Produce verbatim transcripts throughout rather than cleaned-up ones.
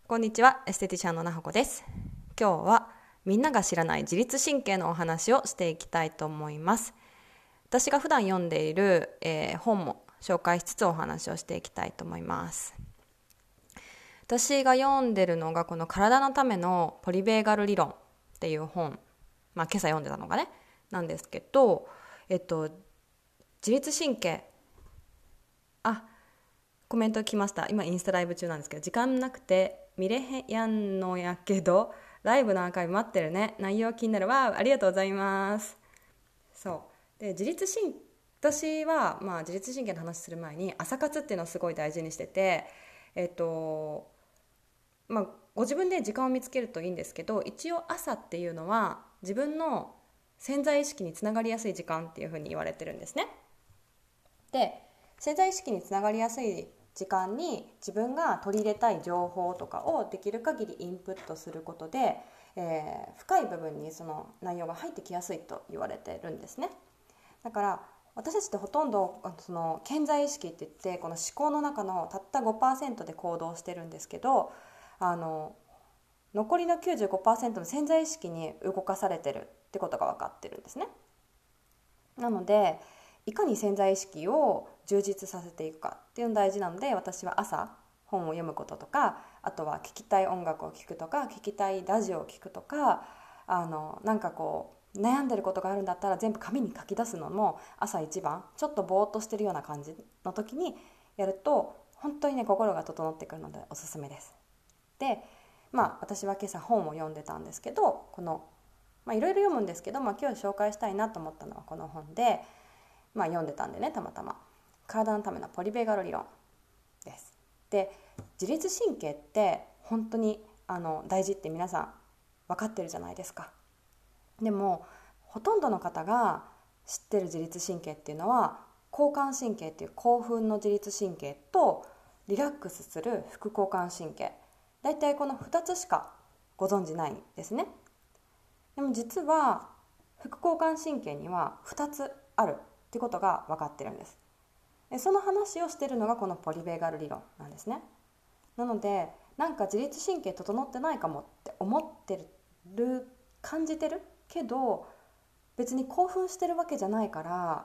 こんにちは、エステティシャンのなほこです。今日はみんなが知らない自律神経のお話をしていきたいと思います。私が普段読んでいる、えー本も紹介しつつお話をしていきたいと思います。私が読んでるのがこの体のためのポリベーガル理論っていう本、まあ今朝読んでたのがねなんですけど、えっと自律神経、あコメント来ました。今インスタライブ中なんですけど、時間なくて見れへんやんのやけどライブのアーカイブ待ってるね、内容気になるわ、ありがとうございます。そうで、自律神私は、まあ、自律神経の話する前に朝活っていうのをすごい大事にしてて、えっとまあご自分で時間を見つけるといいんですけど、一応朝っていうのは自分の潜在意識につながりやすい時間っていうふうに言われてるんですね。で、潜在意識につながりやすい時間に自分が取り入れたい情報とかをできる限りインプットすることで、えー深い部分にその内容が入ってきやすいと言われてるんですね。だから私たちってほとんどその潜在意識って言ってこの思考の中のたった ごパーセント で行動してるんですけど、あの残りの きゅうじゅうごパーセント の潜在意識に動かされてるってことが分かってるんですね。なのでいかに潜在意識を充実させていくかっていうのが大事なので、私は朝本を読むこととか、あとは聴きたい音楽を聴くとか、聴きたいラジオを聴くとか、あのなんかこう悩んでることがあるんだったら全部紙に書き出すのも朝一番ちょっとぼーっとしてるような感じの時にやると本当にね心が整ってくるのでおすすめです。で、まあ私は今朝本を読んでたんですけど、このまあいろいろ読むんですけど、まあ、今日紹介したいなと思ったのはこの本で、まあ、読んでたんでね、たまたま体のためのポリベーガル理論です。で、自律神経って本当にあの大事って皆さん分かってるじゃないですか。でもほとんどの方が知ってる自律神経っていうのは交感神経っていう興奮の自律神経とリラックスする副交感神経、だいたいこのふたつしかご存じないんですね。でも実は副交感神経にはふたつあるってことが分かってるんです。でその話をしているのがこのポリベーガル理論なんですね。なのでなんか自律神経整ってないかもって思ってる感じてるけど別に興奮してるわけじゃないから、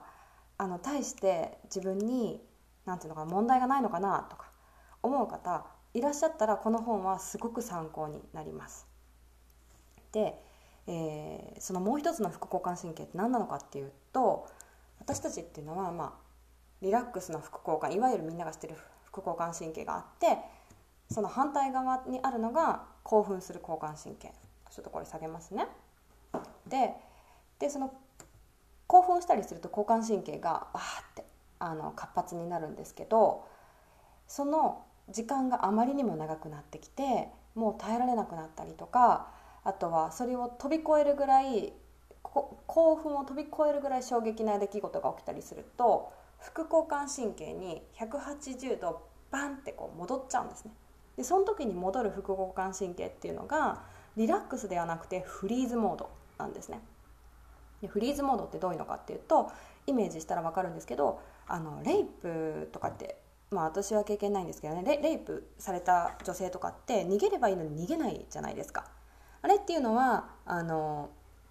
あの対して自分になんていうのかな問題がないのかなとか思う方いらっしゃったら、この本はすごく参考になります。で、えーそのもう一つの副交感神経って何なのかっていうと、私たちっていうのは、まあ、リラックスの副交感、いわゆるみんなが知ってる副交感神経があって、その反対側にあるのが興奮する交感神経。ちょっとこれ下げますね。で、でその興奮したりすると交感神経がバーってあの活発になるんですけど、その時間があまりにも長くなってきてもう耐えられなくなったりとか、あとはそれを飛び越えるぐらい興奮を飛び越えるぐらい衝撃な出来事が起きたりすると、副交感神経にひゃくはちじゅうどバンってこう戻っちゃうんですね。でその時に戻る副交感神経っていうのがリラックスではなくてフリーズモードなんですね。でフリーズモードってどういうのかっていうと、イメージしたら分かるんですけど、あのレイプとかって、まあ私は経験ないんですけどね、レ、レイプされた女性とかって逃げればいいのに逃げないじゃないですか。あれっていうのはあの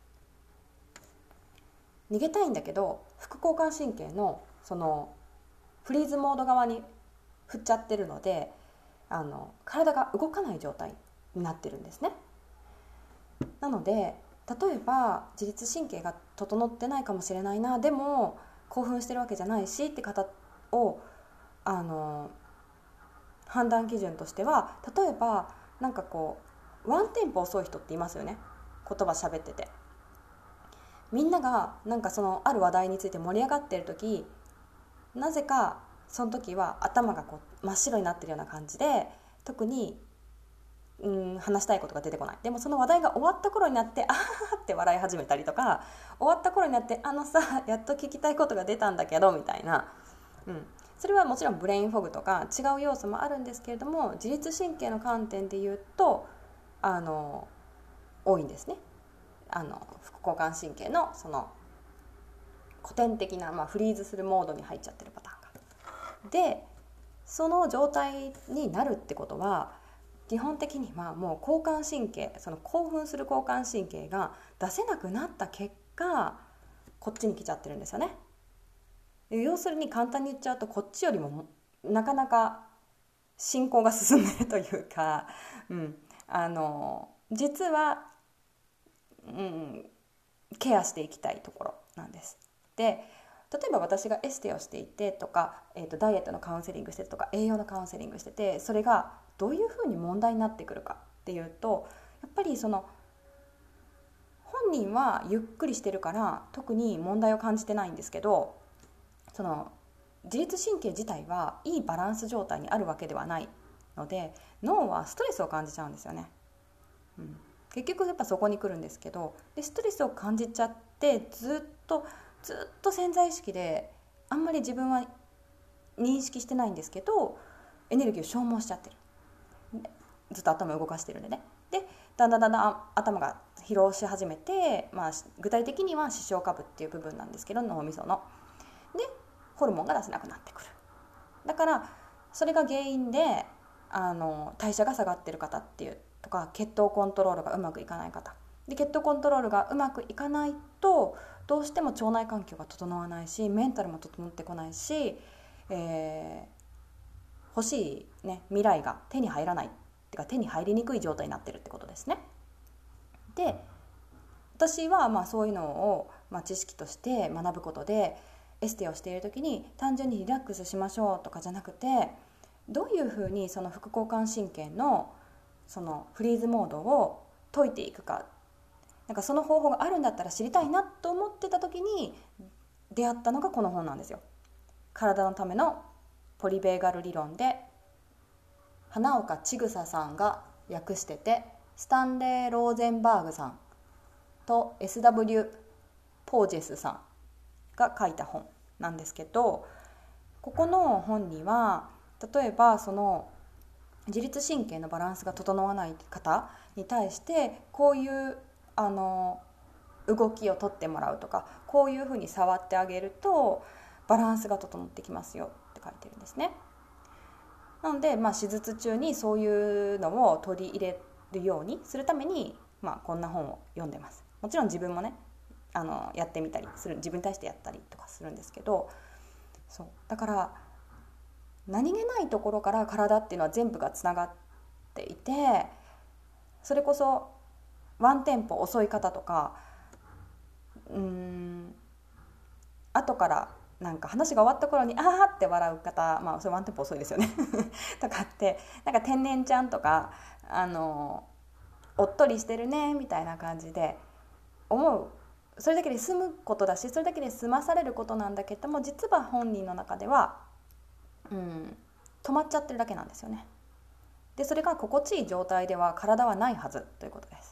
逃げたいんだけど副交感神経のそのフリーズモード側に振っちゃってるので、あの体が動かない状態になってるんですね。なので例えば自律神経が整ってないかもしれないな、でも興奮してるわけじゃないしって方をあの判断基準としては、例えばなんかこうワンテンポ遅い人っていますよね。言葉喋っててみんながなんかそのある話題について盛り上がっている時、なぜかその時は頭がこう真っ白になってるような感じで、特にうん話したいことが出てこない。でもその話題が終わった頃になってあーって笑い始めたりとか、終わった頃になってあのさやっと聞きたいことが出たんだけどみたいな、うん、それはもちろんブレインフォグとか違う要素もあるんですけれども、自律神経の観点で言うとあの多いんですね。あの副交感神経のその古典的な、まあ、フリーズするモードに入っちゃってるパターンがで、その状態になるってことは基本的にはもう交感神経、その興奮する交感神経が出せなくなった結果こっちに来ちゃってるんですよね。要するに簡単に言っちゃうと、こっちよりもなかなか進行が進んでるというか、うん、あの実は、うん、ケアしていきたいところなんです。で例えば私がエステをしていてとか、えーと、ダイエットのカウンセリングしてとか栄養のカウンセリングしてて、それがどういうふうに問題になってくるかっていうと、やっぱりその本人はゆっくりしてるから特に問題を感じてないんですけど、その自律神経自体はいいバランス状態にあるわけではないので、脳はストレスを感じちゃうんですよね、うん、結局やっぱそこに来るんですけど、でストレスを感じちゃってずっとずっと潜在意識であんまり自分は認識してないんですけど、エネルギーを消耗しちゃってる、ずっと頭を動かしてるんでね。でだんだんだんだん頭が疲労し始めて、まあ、具体的には視床下部っていう部分なんですけど、脳みそのでホルモンが出せなくなってくる。だからそれが原因であの代謝が下がってる方っていうとか、血糖コントロールがうまくいかない方で、血糖コントロールがうまくいかないとどうしても腸内環境が整わないし、メンタルも整ってこないし、えー、欲しい、ね、未来が手に入らないってか手に入りにくい状態になってるってことですね。で私はまあそういうのを、まあ、知識として学ぶことで、エステをしている時に単純にリラックスしましょうとかじゃなくて、どういうふうにその副交感神経のそのフリーズモードを解いていくか、なんかその方法があるんだったら知りたいなと思ってた時に出会ったのがこの本なんですよ。体のためのポリベーガル理論で、花岡千草さんが訳してて、スタンレー・ローゼンバーグさんと エスダブリュー ポージェスさんが書いた本なんですけど、ここの本には例えばその自律神経のバランスが整わない方に対してこういうあの動きをとってもらうとか、こういうふうに触ってあげるとバランスが整ってきますよって書いてるんですね。なので、まあ、手術中にそういうのを取り入れるようにするために、まあ、こんな本を読んでます。もちろん自分もねあのやってみたりする、自分に対してやったりとかするんですけど、そうだから何気ないところから体っていうのは全部がつながっていて、それこそワンテンポ遅い方とか、うーん後からなんか話が終わった頃にあーって笑う方、まあそれワンテンポ遅いですよねとかって、なんか天然ちゃんとかあのおっとりしてるねみたいな感じで思う、それだけで済むことだし、それだけで済まされることなんだけども、実は本人の中では、うん、止まっちゃってるだけなんですよね。でそれが心地いい状態では体はないはずということです。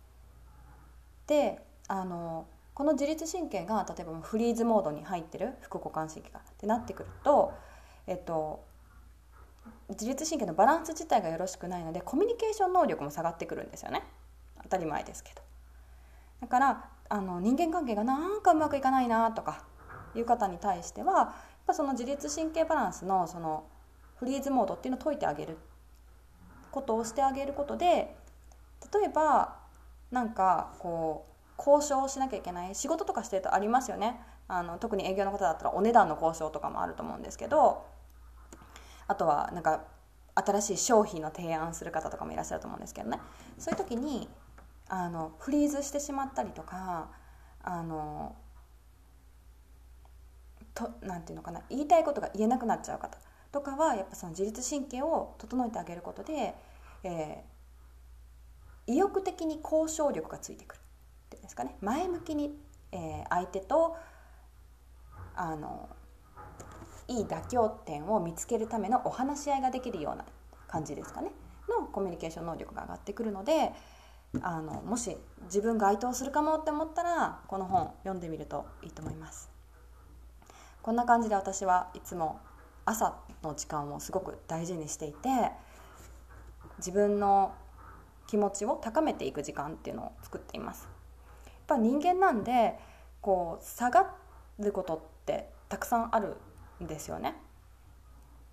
であのこの自律神経が例えばフリーズモードに入ってる副交感神経がってなってくると、えっと、自律神経のバランス自体がよろしくないのでコミュニケーション能力も下がってくるんですよね。当たり前ですけど。だからあの人間関係がなんかうまくいかないなとかいう方に対しては、やっぱその自律神経バランスのそのフリーズモードっていうのを解いてあげることをしてあげることで、例えばなんかこう交渉をしなきゃいけない仕事とかしてるとありますよね。あの特に営業の方だったらお値段の交渉とかもあると思うんですけど、あとはなんか新しい商品の提案する方とかもいらっしゃると思うんですけどね。そういう時にあのフリーズしてしまったりとか、あのとなんていうのかな、言いたいことが言えなくなっちゃう方とかはやっぱその自律神経を整えてあげることで、えー、意欲的に交渉力がついてくるっていうんですかね、前向きに、えー、相手とあのいい妥協点を見つけるためのお話し合いができるような感じですかねのコミュニケーション能力が上がってくるので、あのもし自分が該当するかもって思ったらこの本読んでみるといいと思います。こんな感じで私はいつも朝の時間をすごく大事にしていて、自分の気持ちを高めていく時間っていうのを作っています。やっぱ人間なんでこう下がることってたくさんあるんですよね。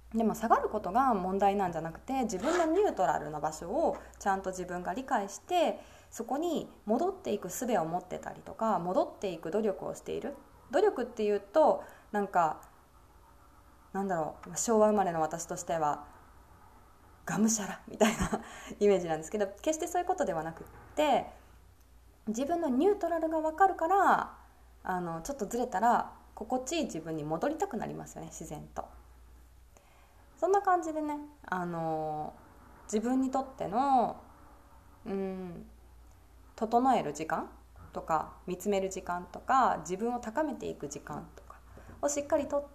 でも下がることが問題なんじゃなくて、自分のニュートラルな場所をちゃんと自分が理解して、そこに戻っていく術を持ってたりとか、戻っていく努力をしている。努力っていうとなんかなんだろう、昭和生まれの私としてはがむしゃらみたいなイメージなんですけど、決してそういうことではなくって、自分のニュートラルが分かるから、あのちょっとずれたら心地いい自分に戻りたくなりますよね、自然と。そんな感じでね、あの自分にとってのうん整える時間とか、見つめる時間とか、自分を高めていく時間とかをしっかりとって、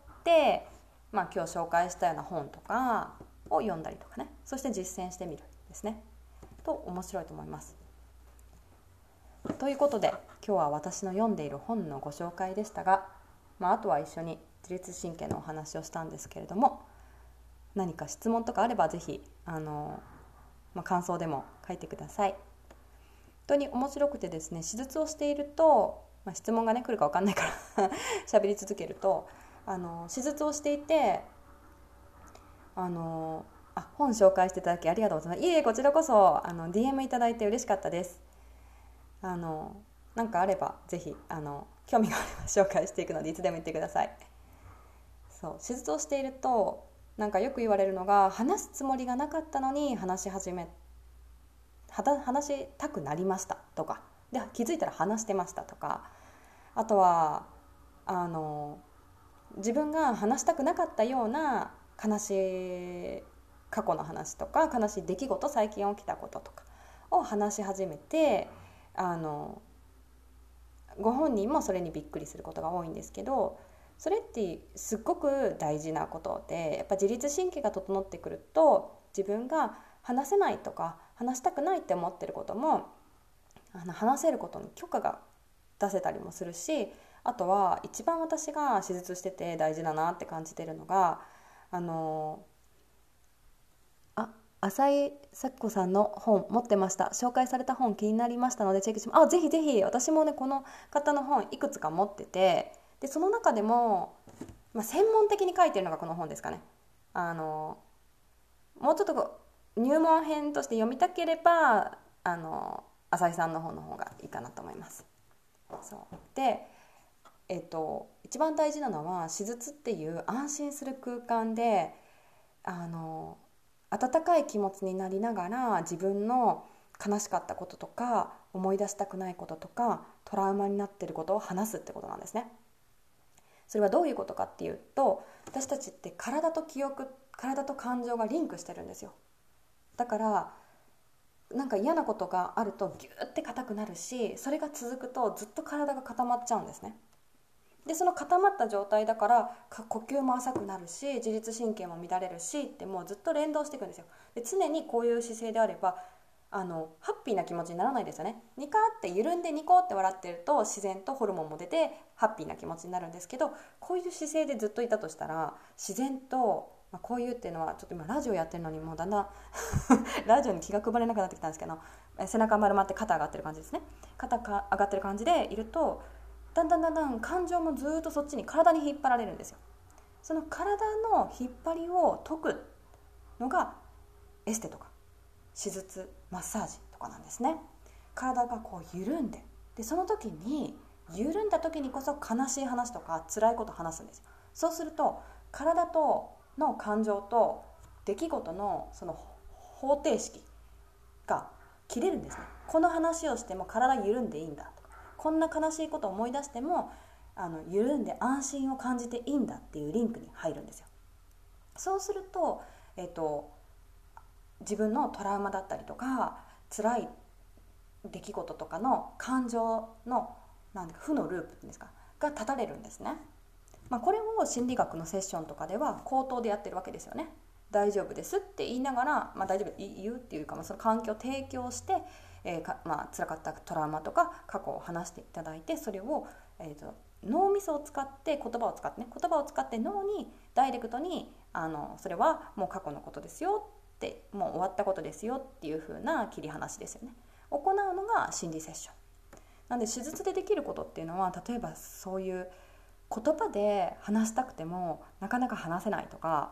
まあ、今日紹介したような本とかを読んだりとかね、そして実践してみるですね、と面白いと思います。ということで今日は私の読んでいる本のご紹介でしたが、まあ、あとは一緒に自律神経のお話をしたんですけれども、何か質問とかあればぜひあの、まあ、感想でも書いてください。本当に面白くてですね、手術をしていると、まあ、質問がね来るか分かんないから喋り続けると、あの手術をしていて、あのあ本紹介していただきありがとうございます。いえ、こちらこそあの ディーエム いただいて嬉しかったです。あのなんかあればぜひあの興味があれば紹介していくので、いつでも言ってください。そう手術をしているとなんかよく言われるのが、話すつもりがなかったのに話し始め話したくなりましたとかで、気づいたら話してましたとか、あとはあの自分が話したくなかったような悲しい過去の話とか、悲しい出来事、最近起きたこととかを話し始めて、あのご本人もそれにびっくりすることが多いんですけど、それってすっごく大事なことで、やっぱ自律神経が整ってくると、自分が話せないとか話したくないって思ってることもあの話せることに許可が出せたりもするし、あとは一番私が手術してて大事だなって感じてるのが、あのあ浅井咲子さんの本持ってました。紹介された本気になりましたのでチェックします。あ、ぜひぜひ。私もねこの方の本いくつか持ってて、でその中でも、まあ、専門的に書いてるのがこの本ですかね。あのもうちょっと入門編として読みたければ、あの浅井さんの本の方がいいかなと思います。そうで、えっと、一番大事なのは、手術っていう安心する空間であの温かい気持ちになりながら、自分の悲しかったこととか思い出したくないこととかトラウマになっていることを話すってことなんですね。それはどういうことかっていうと、私たちって体と記憶、体と感情がリンクしてるんですよ。だからなんか嫌なことがあるとギューって硬くなるし、それが続くとずっと体が固まっちゃうんですね。でその固まった状態だから呼吸も浅くなるし、自律神経も乱れるしって、もうずっと連動していくんですよ。で常にこういう姿勢であればあのハッピーな気持ちにならないですよね。ニカって緩んでニコって笑ってると自然とホルモンも出てハッピーな気持ちになるんですけど、こういう姿勢でずっといたとしたら自然と、まあ、こういうっていうのはちょっと今ラジオやってるのにもうだんだんラジオに気が配れなくなってきたんですけど、背中丸まって肩上がってる感じですね。肩が上がってる感じでいると、だんだんだんだん感情もずっとそっちに体に引っ張られるんですよ。その体の引っ張りを解くのがエステとか手術マッサージとかなんですね。体がこう緩んで、でその時に緩んだ時にこそ悲しい話とか辛いことを話すんですよ。そうすると体との感情と出来事のその方程式が切れるんですね。この話をしても体緩んでいいんだとか、こんな悲しいことを思い出してもあの緩んで安心を感じていいんだっていうリンクに入るんですよ。そうすると、えっと、自分のトラウマだったりとか辛い出来事とかの感情のなんか負のループっていうんですかが断たれるんですね。まあ、これを心理学のセッションとかでは口頭でやってるわけですよね。大丈夫ですって言いながら、まあ、大丈夫言うっていうか、まあ、その環境を提供して、えーかまあ辛かったトラウマとか過去を話していただいて、それを、えーと、脳みそを使って言葉を使ってね言葉を使って脳にダイレクトにあのそれはもう過去のことですよって、もう終わったことですよっていう風な切り離しですよね、行うのが心理セッションなんで、手術でできることっていうのは、例えばそういう言葉で話したくてもなかなか話せないとか、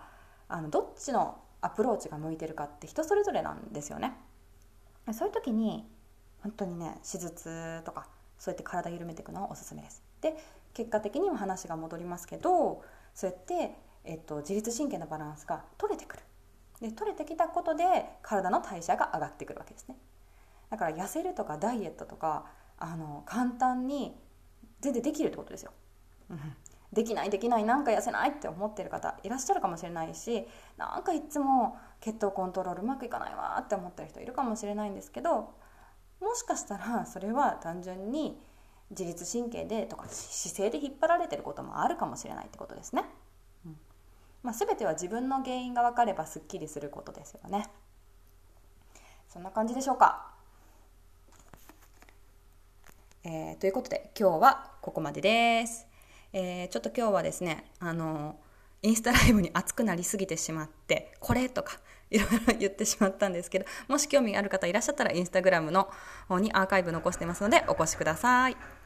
あのどっちのアプローチが向いてるかって人それぞれなんですよね。そういう時に本当にね、手術とかそうやって体緩めていくのはおすすめです。で結果的には話が戻りますけど、そうやって、えっと、自律神経のバランスが取れてくる。で取れてきたことで体の代謝が上がってくるわけですね。だから痩せるとかダイエットとかあの簡単に全然できるってことですよ。できないできないなんか痩せないって思ってる方いらっしゃるかもしれないし、なんかいつも血糖コントロールうまくいかないわって思ってる人いるかもしれないんですけど、もしかしたらそれは単純に自律神経でとか姿勢で引っ張られてることもあるかもしれないってことですね。うんまあ、全ては自分の原因が分かればすっきりすることですよね。そんな感じでしょうか。えー、ということで今日はここまでです。えー、ちょっと今日はですね、あのインスタライブに熱くなりすぎてしまってこれとかいろいろ言ってしまったんですけど、もし興味ある方いらっしゃったらインスタグラムの方にアーカイブ残してますのでお越しください。